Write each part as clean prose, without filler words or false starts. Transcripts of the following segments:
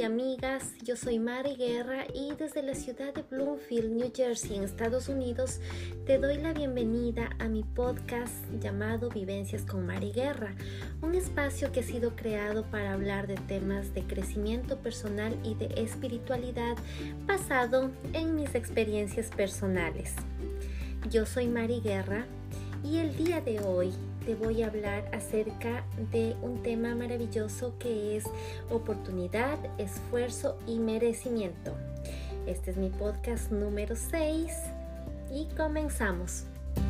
amigas, yo soy Mari Guerra y desde la ciudad de Bloomfield, New Jersey, en Estados Unidos, te doy la bienvenida a mi podcast llamado Vivencias con Mari Guerra, un espacio que ha sido creado para hablar de temas de crecimiento personal y de espiritualidad basado en mis experiencias personales. Yo soy Mari Guerra y el día de hoy te voy a hablar acerca de un tema maravilloso que es oportunidad, esfuerzo y merecimiento. Este es mi podcast número 6 y comenzamos.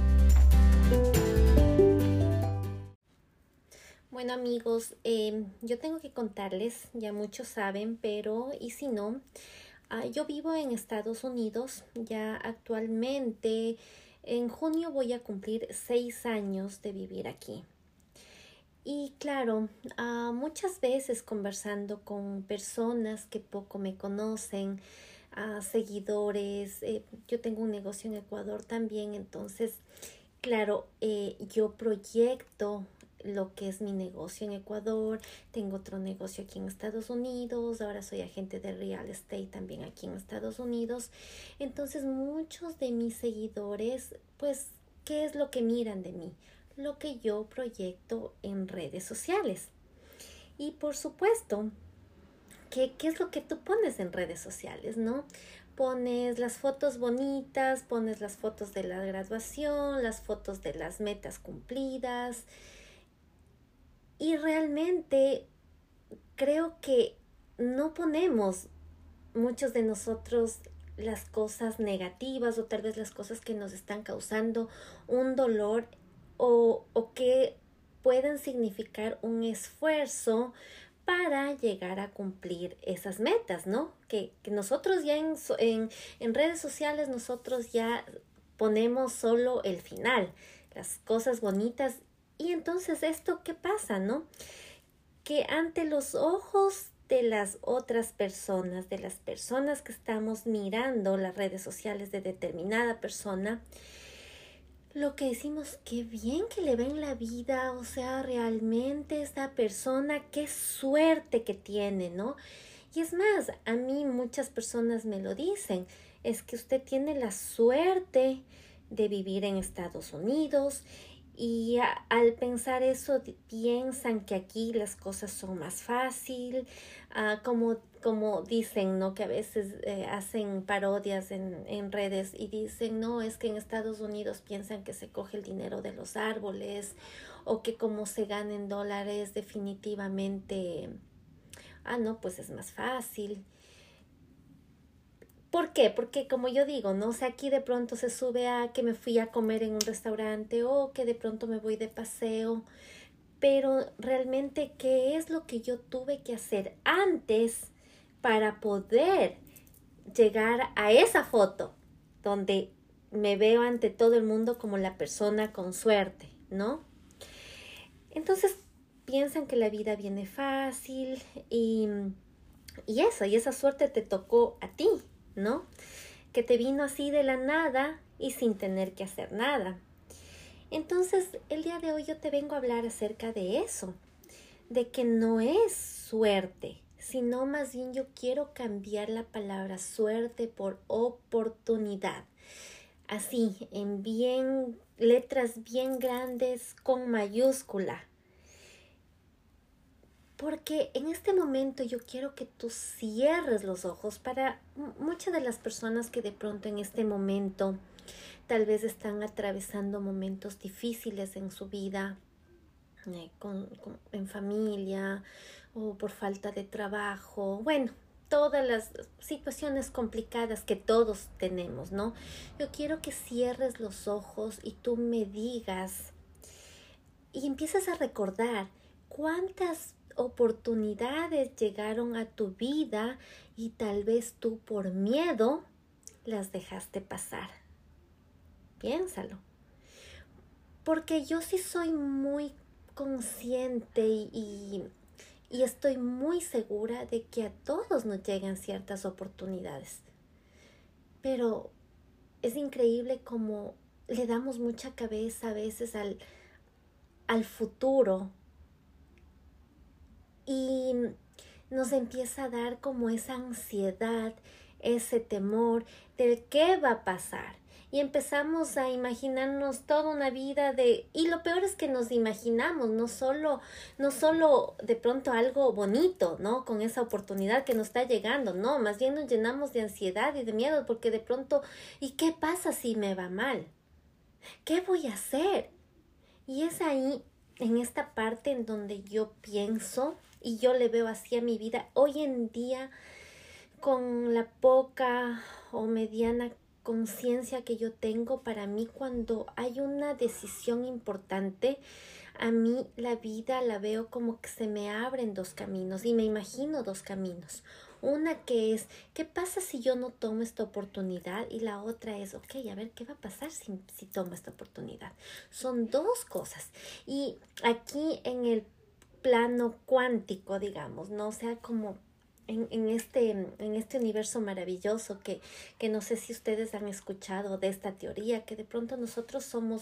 Bueno amigos, yo tengo que contarles, ya muchos saben, pero y si no, yo vivo en Estados Unidos, ya actualmente. En junio voy a cumplir 6 años de vivir aquí. Y claro, muchas veces conversando con personas que poco me conocen, seguidores, yo tengo un negocio en Ecuador también, entonces, claro, yo proyecto lo que es mi negocio en Ecuador, tengo otro negocio aquí en Estados Unidos, ahora soy agente de real estate también aquí en Estados Unidos. Entonces muchos de mis seguidores, pues, ¿qué es lo que miran de mí? Lo que yo proyecto en redes sociales. Y por supuesto, ¿qué es lo que tú pones en redes sociales, no? Pones las fotos bonitas, pones las fotos de la graduación, las fotos de las metas cumplidas. Y realmente creo que no ponemos muchos de nosotros las cosas negativas o tal vez las cosas que nos están causando un dolor o que puedan significar un esfuerzo para llegar a cumplir esas metas, ¿no? Que nosotros ya en redes sociales nosotros ya ponemos solo el final, las cosas bonitas. Y entonces esto, ¿qué pasa, no? Que ante los ojos de las otras personas, de las personas que estamos mirando las redes sociales de determinada persona, lo que decimos, qué bien que le ven la vida, o sea, realmente esta persona, qué suerte que tiene, ¿no? Y es más, a mí muchas personas me lo dicen, es que usted tiene la suerte de vivir en Estados Unidos. Y al pensar eso, piensan que aquí las cosas son más fácil, como dicen, ¿no? Que a veces hacen parodias en redes y dicen, no, es que en Estados Unidos piensan que se coge el dinero de los árboles o que como se gana en dólares definitivamente, no, pues es más fácil. ¿Por qué? Porque como yo digo, ¿no? O sea, aquí de pronto se sube a que me fui a comer en un restaurante o que de pronto me voy de paseo, pero realmente, ¿qué es lo que yo tuve que hacer antes para poder llegar a esa foto donde me veo ante todo el mundo como la persona con suerte, ¿no? Entonces piensan que la vida viene fácil y esa suerte te tocó a ti, ¿no? Que te vino así de la nada y sin tener que hacer nada. Entonces, el día de hoy yo te vengo a hablar acerca de eso, de que no es suerte, sino más bien yo quiero cambiar la palabra suerte por oportunidad. Así, en letras bien grandes con mayúscula. Porque en este momento yo quiero que tú cierres los ojos para muchas de las personas que de pronto en este momento tal vez están atravesando momentos difíciles en su vida, en familia o por falta de trabajo. Bueno, todas las situaciones complicadas que todos tenemos, ¿no? Yo quiero que cierres los ojos y tú me digas y empiezas a recordar cuántas oportunidades llegaron a tu vida y tal vez tú por miedo las dejaste pasar. Piénsalo. Porque yo sí soy muy consciente y estoy muy segura de que a todos nos llegan ciertas oportunidades. Pero es increíble cómo le damos mucha cabeza a veces al futuro. Y nos empieza a dar como esa ansiedad, ese temor del qué va a pasar. Y empezamos a imaginarnos toda una vida y lo peor es que nos imaginamos no solo de pronto algo bonito, ¿no? Con esa oportunidad que nos está llegando, no, más bien nos llenamos de ansiedad y de miedo porque de pronto, ¿y qué pasa si me va mal? ¿Qué voy a hacer? Y es ahí, en esta parte en donde yo pienso y yo le veo así a mi vida hoy en día, con la poca o mediana conciencia que yo tengo, para mí cuando hay una decisión importante, a mí la vida la veo como que se me abren dos caminos y me imagino dos caminos. Una que es, ¿qué pasa si yo no tomo esta oportunidad? Y la otra es, ok, a ver, ¿qué va a pasar si tomo esta oportunidad? Son dos cosas. Y aquí en el plano cuántico, digamos, ¿no? O sea, como en este universo maravilloso que no sé si ustedes han escuchado de esta teoría, que de pronto nosotros somos,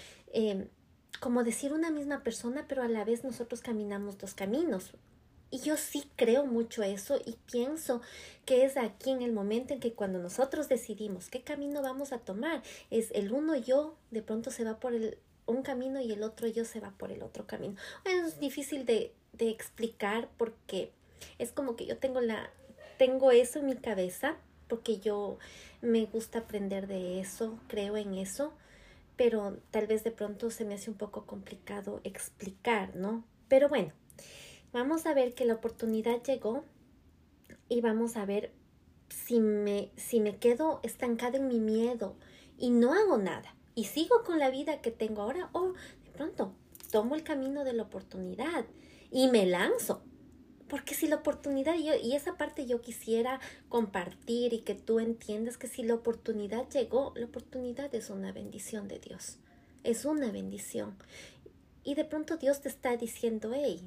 como decir, una misma persona, pero a la vez nosotros caminamos dos caminos. Y yo sí creo mucho eso y pienso que es aquí en el momento en que cuando nosotros decidimos qué camino vamos a tomar, es el uno yo de pronto se va por un camino y el otro yo se va por el otro camino. Es difícil de explicar porque es como que yo tengo eso en mi cabeza porque yo me gusta aprender de eso, creo en eso, pero tal vez de pronto se me hace un poco complicado explicar, ¿no? Pero bueno, vamos a ver que la oportunidad llegó y vamos a ver si me quedo estancada en mi miedo y no hago nada y sigo con la vida que tengo ahora o de pronto tomo el camino de la oportunidad y me lanzo. Porque si la oportunidad, y esa parte yo quisiera compartir y que tú entiendas que si la oportunidad llegó, la oportunidad es una bendición de Dios. Es una bendición. Y de pronto Dios te está diciendo, hey,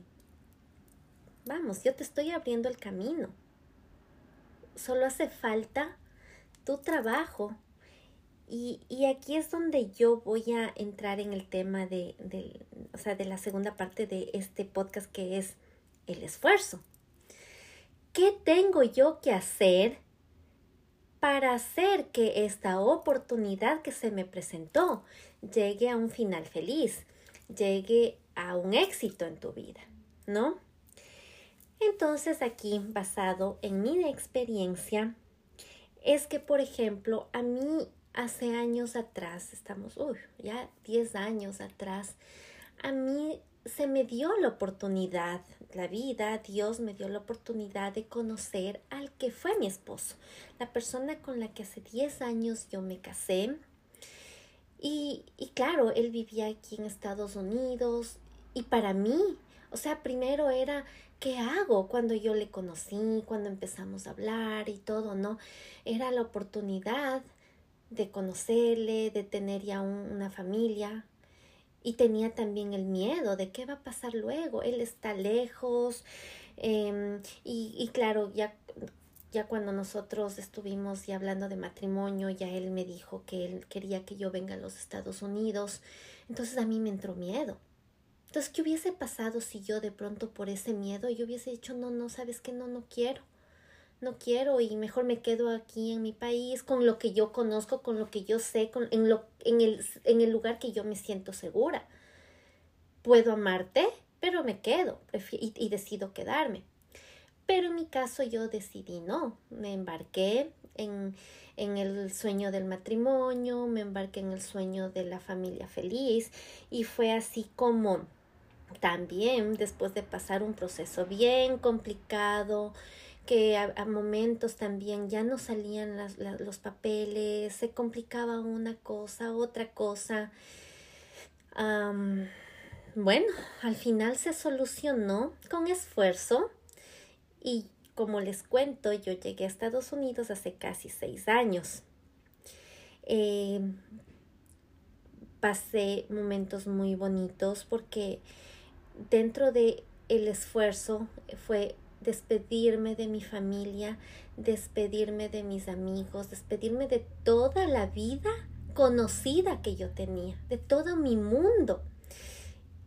vamos, yo te estoy abriendo el camino. Solo hace falta tu trabajo. Y aquí es donde yo voy a entrar en el tema de la segunda parte de este podcast, que es el esfuerzo. ¿Qué tengo yo que hacer para hacer que esta oportunidad que se me presentó llegue a un final feliz, llegue a un éxito en tu vida, ¿no? Entonces aquí, basado en mi experiencia, es que, por ejemplo, a mí hace años atrás, ya 10 años atrás, a mí se me dio la oportunidad, la vida, Dios me dio la oportunidad de conocer al que fue mi esposo, la persona con la que hace 10 años yo me casé. Y claro, él vivía aquí en Estados Unidos y para mí, o sea, primero era, ¿qué hago cuando yo le conocí, cuando empezamos a hablar y todo, ¿no? Era la oportunidad de conocerle, de tener ya una familia. Y tenía también el miedo de qué va a pasar luego. Él está lejos. Y claro, ya cuando nosotros estuvimos ya hablando de matrimonio, ya él me dijo que él quería que yo venga a los Estados Unidos. Entonces a mí me entró miedo. Entonces, ¿qué hubiese pasado si yo de pronto por ese miedo yo hubiese dicho, no, ¿sabes qué? No quiero. No quiero y mejor me quedo aquí en mi país con lo que yo conozco, con lo que yo sé, en el lugar que yo me siento segura. Puedo amarte, pero me quedo y decido quedarme. Pero en mi caso yo decidí no, me embarqué en el sueño del matrimonio, me embarqué en el sueño de la familia feliz y fue así como también después de pasar un proceso bien complicado, que a momentos también ya no salían los papeles, se complicaba una cosa, otra cosa. Bueno, al final se solucionó con esfuerzo y como les cuento, yo llegué a Estados Unidos hace casi 6 años. Pasé momentos muy bonitos porque dentro de el esfuerzo fue despedirme de mi familia, despedirme de mis amigos, despedirme de toda la vida conocida que yo tenía, de todo mi mundo.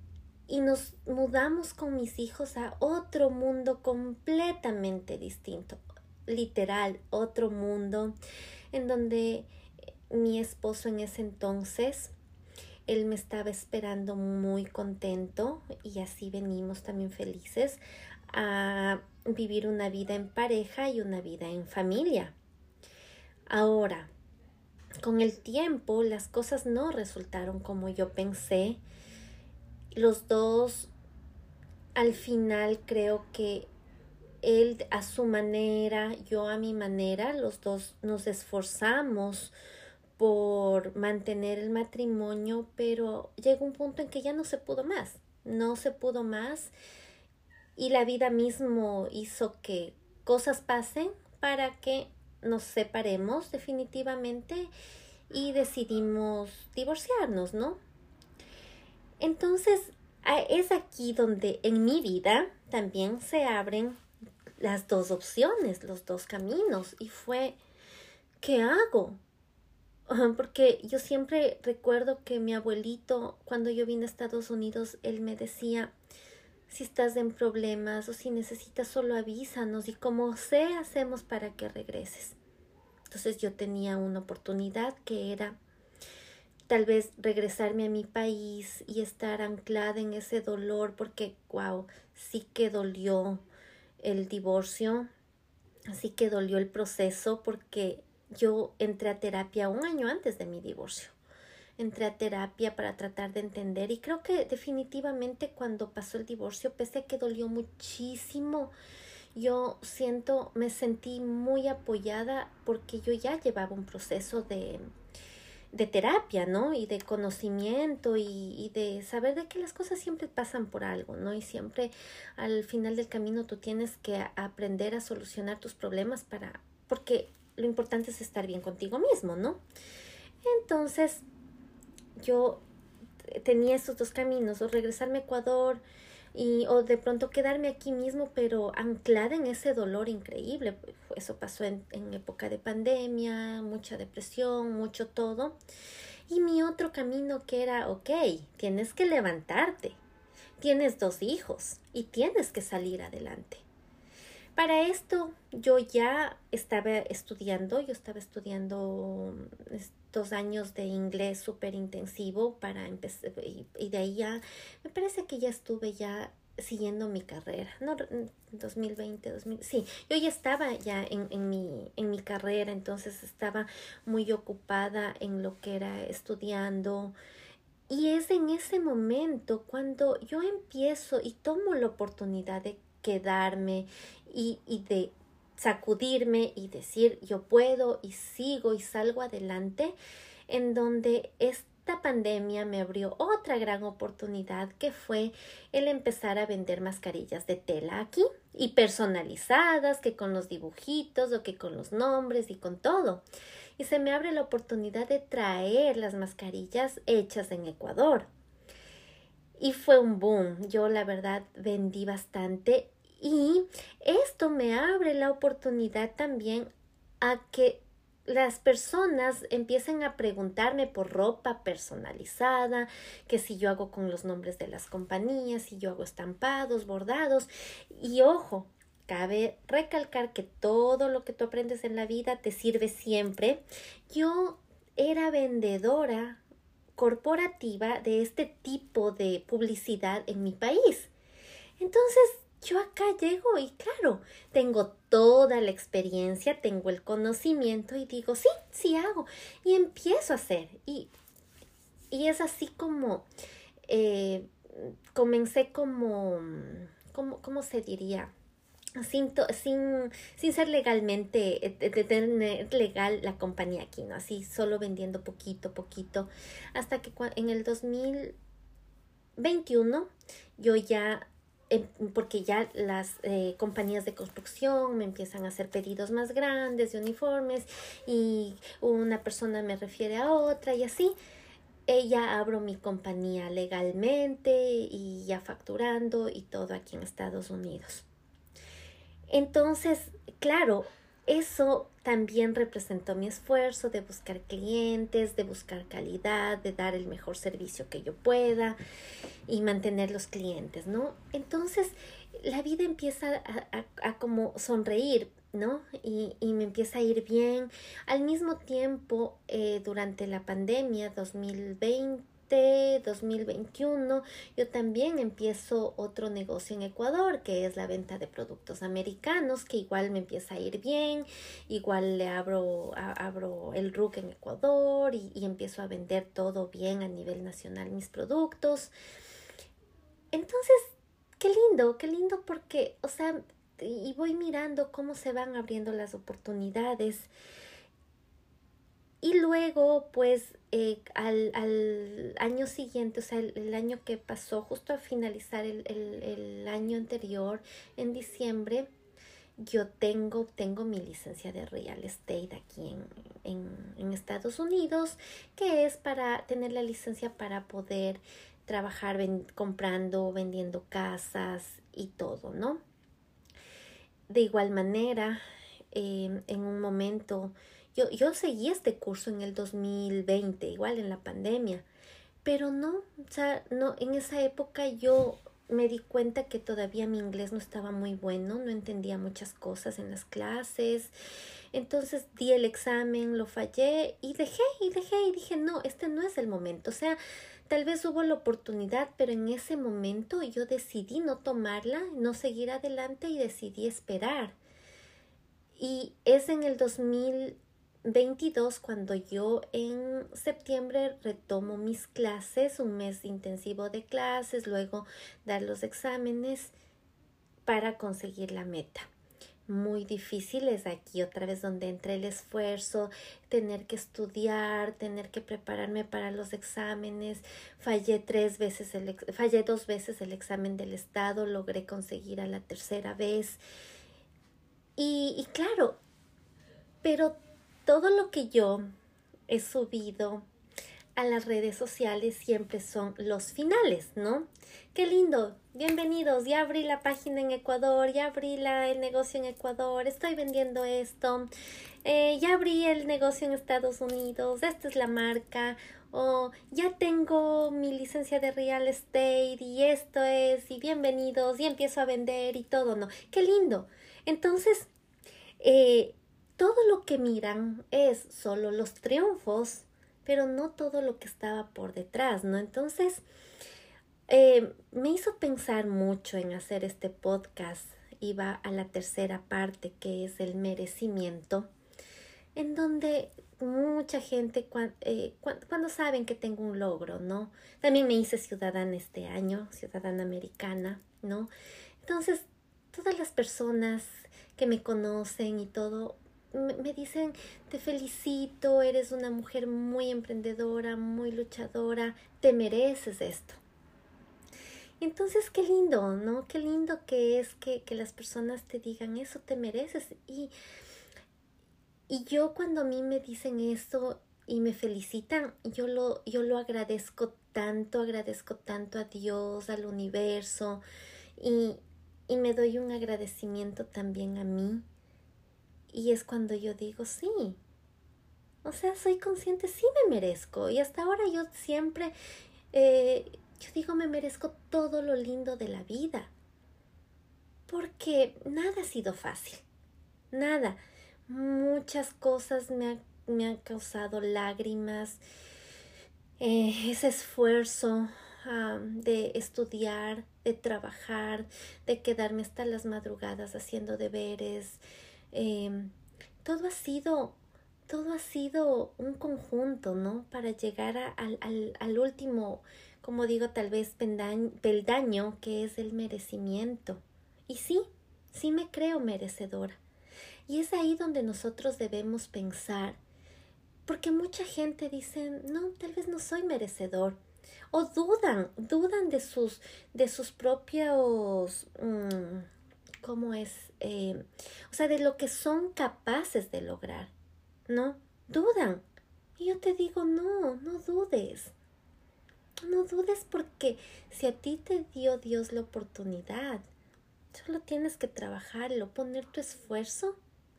y nos mudamos con mis hijos a otro mundo completamente distinto, literal, otro mundo en donde mi esposo en ese entonces, él me estaba esperando muy contento y así venimos también felices a vivir una vida en pareja y una vida en familia. Ahora, con el tiempo las cosas no resultaron como yo pensé. Los dos, al final, creo que él a su manera, yo a mi manera, los dos nos esforzamos por mantener el matrimonio, pero llegó un punto en que ya no se pudo más, no se pudo más, y la vida mismo hizo que cosas pasen para que nos separemos definitivamente y decidimos divorciarnos, ¿no? Entonces, es aquí donde en mi vida también se abren las dos opciones, los dos caminos, y fue, ¿qué hago? Porque yo siempre recuerdo que mi abuelito, cuando yo vine a Estados Unidos, él me decía, si estás en problemas o si necesitas, solo avísanos y como sea, hacemos para que regreses. Entonces yo tenía una oportunidad que era tal vez regresarme a mi país y estar anclada en ese dolor, porque, wow, sí que dolió el divorcio, sí que dolió el proceso, porque yo entré a terapia un año antes de mi divorcio. Entré a terapia para tratar de entender y creo que definitivamente cuando pasó el divorcio, pese a que dolió muchísimo, me sentí muy apoyada porque yo ya llevaba un proceso de terapia, ¿no? Y de conocimiento y de saber de que las cosas siempre pasan por algo, ¿no? Y siempre al final del camino tú tienes que aprender a solucionar tus problemas porque lo importante es estar bien contigo mismo, ¿no? Entonces, yo tenía estos dos caminos, o regresarme a Ecuador o de pronto quedarme aquí mismo, pero anclada en ese dolor increíble. Eso pasó en época de pandemia, mucha depresión, mucho todo. Y mi otro camino que era, ok, tienes que levantarte, tienes dos hijos y tienes que salir adelante. Para esto yo estaba estudiando 2 años de inglés súper intensivo para empezar, y de ahí ya, me parece que ya estuve ya siguiendo mi carrera, no, 2020, sí, yo ya estaba ya en mi carrera, entonces estaba muy ocupada en lo que era estudiando. Y es en ese momento cuando yo empiezo y tomo la oportunidad de quedarme y de sacudirme y decir yo puedo y sigo y salgo adelante, en donde esta pandemia me abrió otra gran oportunidad que fue el empezar a vender mascarillas de tela aquí y personalizadas, que con los dibujitos o que con los nombres y con todo. Y se me abre la oportunidad de traer las mascarillas hechas en Ecuador. Y fue un boom. Yo la verdad vendí bastante y esto me abre la oportunidad también a que las personas empiecen a preguntarme por ropa personalizada, que si yo hago con los nombres de las compañías, si yo hago estampados, bordados. Y ojo, cabe recalcar que todo lo que tú aprendes en la vida te sirve siempre. Yo era vendedora corporativa de este tipo de publicidad en mi país. Entonces, yo acá llego y claro, tengo toda la experiencia, tengo el conocimiento y digo, sí, sí hago. Y empiezo a hacer. Y es así como comencé ¿cómo se diría? Sin ser legalmente, de tener legal la compañía aquí, ¿no? Así solo vendiendo poquito, poquito, hasta que en el 2021 yo ya, porque ya las compañías de construcción me empiezan a hacer pedidos más grandes de uniformes y una persona me refiere a otra y así. Ya abro mi compañía legalmente y ya facturando y todo aquí en Estados Unidos. Entonces, claro, eso también representó mi esfuerzo de buscar clientes, de buscar calidad, de dar el mejor servicio que yo pueda y mantener los clientes, ¿no? Entonces, la vida empieza a como sonreír, ¿no? Y me empieza a ir bien. Al mismo tiempo, durante la pandemia 2021, yo también empiezo otro negocio en Ecuador, que es la venta de productos americanos, que igual me empieza a ir bien, igual le abro el RUC en Ecuador y empiezo a vender todo bien a nivel nacional mis productos. Entonces, qué lindo porque, o sea, y voy mirando cómo se van abriendo las oportunidades. Y luego, pues, al año siguiente, o sea, el año que pasó, justo a finalizar el año anterior, en diciembre, yo tengo mi licencia de real estate aquí en Estados Unidos, que es para tener la licencia para poder trabajar comprando, vendiendo casas y todo, ¿no? De igual manera, en un momento, yo seguí este curso en el 2020, igual en la pandemia, pero no, o sea, no, en esa época yo me di cuenta que todavía mi inglés no estaba muy bueno, no entendía muchas cosas en las clases. Entonces di el examen, lo fallé y dije, no, este no es el momento. O sea, tal vez hubo la oportunidad, pero en ese momento yo decidí no tomarla, no seguir adelante y decidí esperar. Y es en el 2022 cuando yo en septiembre retomo mis clases, un mes intensivo de clases, luego dar los exámenes para conseguir la meta. Muy difícil es aquí otra vez donde entra el esfuerzo, tener que estudiar, tener que prepararme para los exámenes. Fallé 2 veces el examen del estado, logré conseguir a la tercera vez. Y claro, pero todo lo que yo he subido a las redes sociales siempre son los finales, ¿no? ¡Qué lindo! Bienvenidos, ya abrí la página en Ecuador, ya abrí el negocio en Ecuador, estoy vendiendo esto, ya abrí el negocio en Estados Unidos, esta es la marca, o ya tengo mi licencia de real estate y esto es, y bienvenidos, y empiezo a vender y todo, ¿no? ¡Qué lindo! Entonces, todo lo que miran es solo los triunfos, pero no todo lo que estaba por detrás, ¿no? Entonces, me hizo pensar mucho en hacer este podcast. Iba a la tercera parte, que es el merecimiento, en donde mucha gente cuando saben que tengo un logro, ¿no? También me hice ciudadana este año, ciudadana americana, ¿no? Entonces, todas las personas que me conocen y todo, me dicen, te felicito, eres una mujer muy emprendedora, muy luchadora, te mereces esto. Entonces, qué lindo, ¿no? Qué lindo que es que las personas te digan eso, te mereces. Y yo cuando a mí me dicen eso y me felicitan, yo lo agradezco tanto a Dios, al universo, y me doy un agradecimiento también a mí. Y es cuando yo digo, sí, o sea, soy consciente, sí me merezco. Y hasta ahora yo siempre, yo digo, me merezco todo lo lindo de la vida. Porque nada ha sido fácil, nada. Muchas cosas me han causado lágrimas, ese esfuerzo de estudiar, de trabajar, de quedarme hasta las madrugadas haciendo deberes. Todo ha sido un conjunto, ¿no? Para llegar al último, como digo, tal vez peldaño, que es el merecimiento. Y sí me creo merecedora. Y es ahí donde nosotros debemos pensar, porque mucha gente dice, no, tal vez no soy merecedor. O dudan de sus propios, ¿cómo es? O sea, de lo que son capaces de lograr, ¿no? Dudan. Y yo te digo, no dudes. No dudes porque si a ti te dio Dios la oportunidad, solo tienes que trabajarlo, poner tu esfuerzo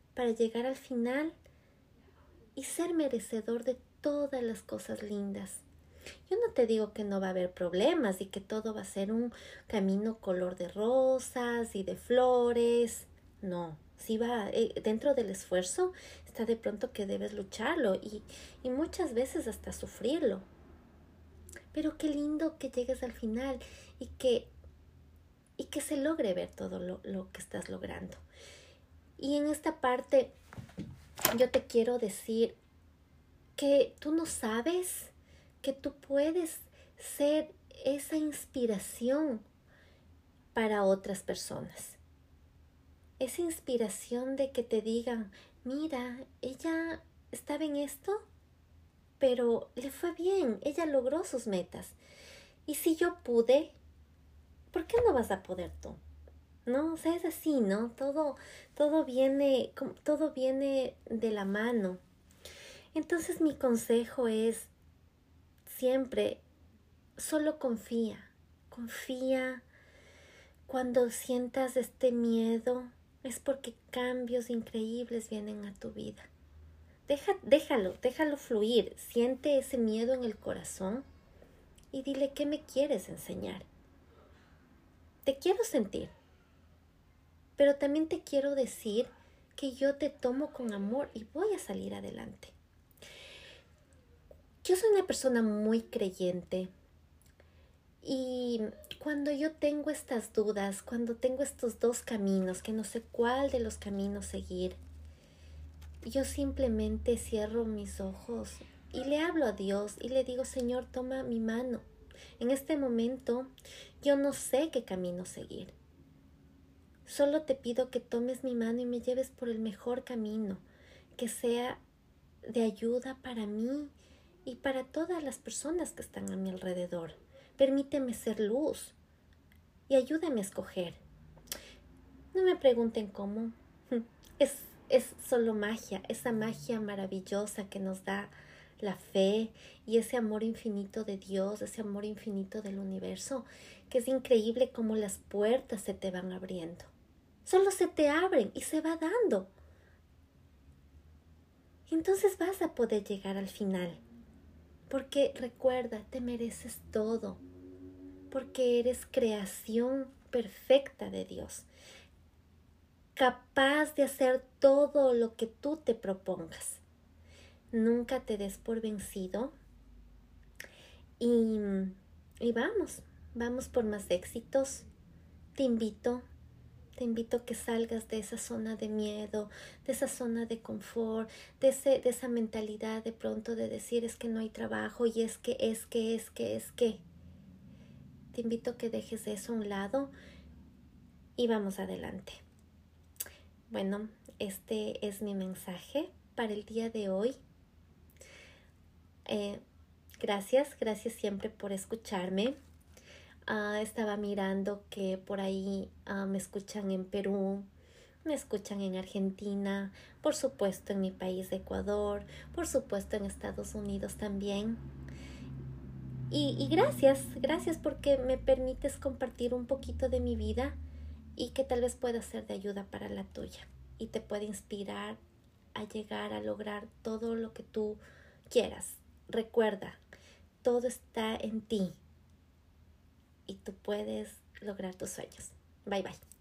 para llegar al final y ser merecedor de todas las cosas lindas. Yo no te digo que no va a haber problemas y que todo va a ser un camino color de rosas y de flores. No, sí va, dentro del esfuerzo está de pronto que debes lucharlo y muchas veces hasta sufrirlo. Pero qué lindo que llegues al final y que se logre ver todo lo que estás logrando. Y en esta parte yo te quiero decir que tú no sabes que tú puedes ser esa inspiración para otras personas. Esa inspiración de que te digan, mira, ella estaba en esto, pero le fue bien, ella logró sus metas. Y si yo pude, ¿por qué no vas a poder tú? No, o sea, es así, ¿no? Todo viene de la mano. Entonces mi consejo es siempre, solo confía. Confía. Cuando sientas este miedo, es porque cambios increíbles vienen a tu vida. Déjalo fluir. Siente ese miedo en el corazón y dile, ¿qué me quieres enseñar? Te quiero sentir, pero también te quiero decir que yo te tomo con amor y voy a salir adelante. Yo soy una persona muy creyente y cuando yo tengo estas dudas, cuando tengo estos dos caminos, que no sé cuál de los caminos seguir, yo simplemente cierro mis ojos y le hablo a Dios y le digo, Señor, toma mi mano. En este momento yo no sé qué camino seguir. Solo te pido que tomes mi mano y me lleves por el mejor camino, que sea de ayuda para mí y para todas las personas que están a mi alrededor. Permíteme ser luz y ayúdame a escoger. No me pregunten cómo. Es solo magia, esa magia maravillosa que nos da la fe y ese amor infinito de Dios, ese amor infinito del universo, que es increíble cómo las puertas se te van abriendo. Solo se te abren y se va dando. Y entonces vas a poder llegar al final. Porque recuerda, te mereces todo. Porque eres creación perfecta de Dios. Capaz de hacer todo lo que tú te propongas. Nunca te des por vencido. Y vamos por más éxitos. Te invito a que salgas de esa zona de miedo, de esa zona de confort, de esa mentalidad de pronto de decir es que no hay trabajo y es que. Te invito a que dejes eso a un lado y vamos adelante. Bueno, este es mi mensaje para el día de hoy. Gracias siempre por escucharme. Estaba mirando que por ahí me escuchan en Perú, me escuchan en Argentina, por supuesto en mi país de Ecuador, por supuesto en Estados Unidos también. Y gracias porque me permites compartir un poquito de mi vida y que tal vez pueda ser de ayuda para la tuya y te puede inspirar a llegar a lograr todo lo que tú quieras. Recuerda, todo está en ti y tú puedes lograr tus sueños. Bye bye.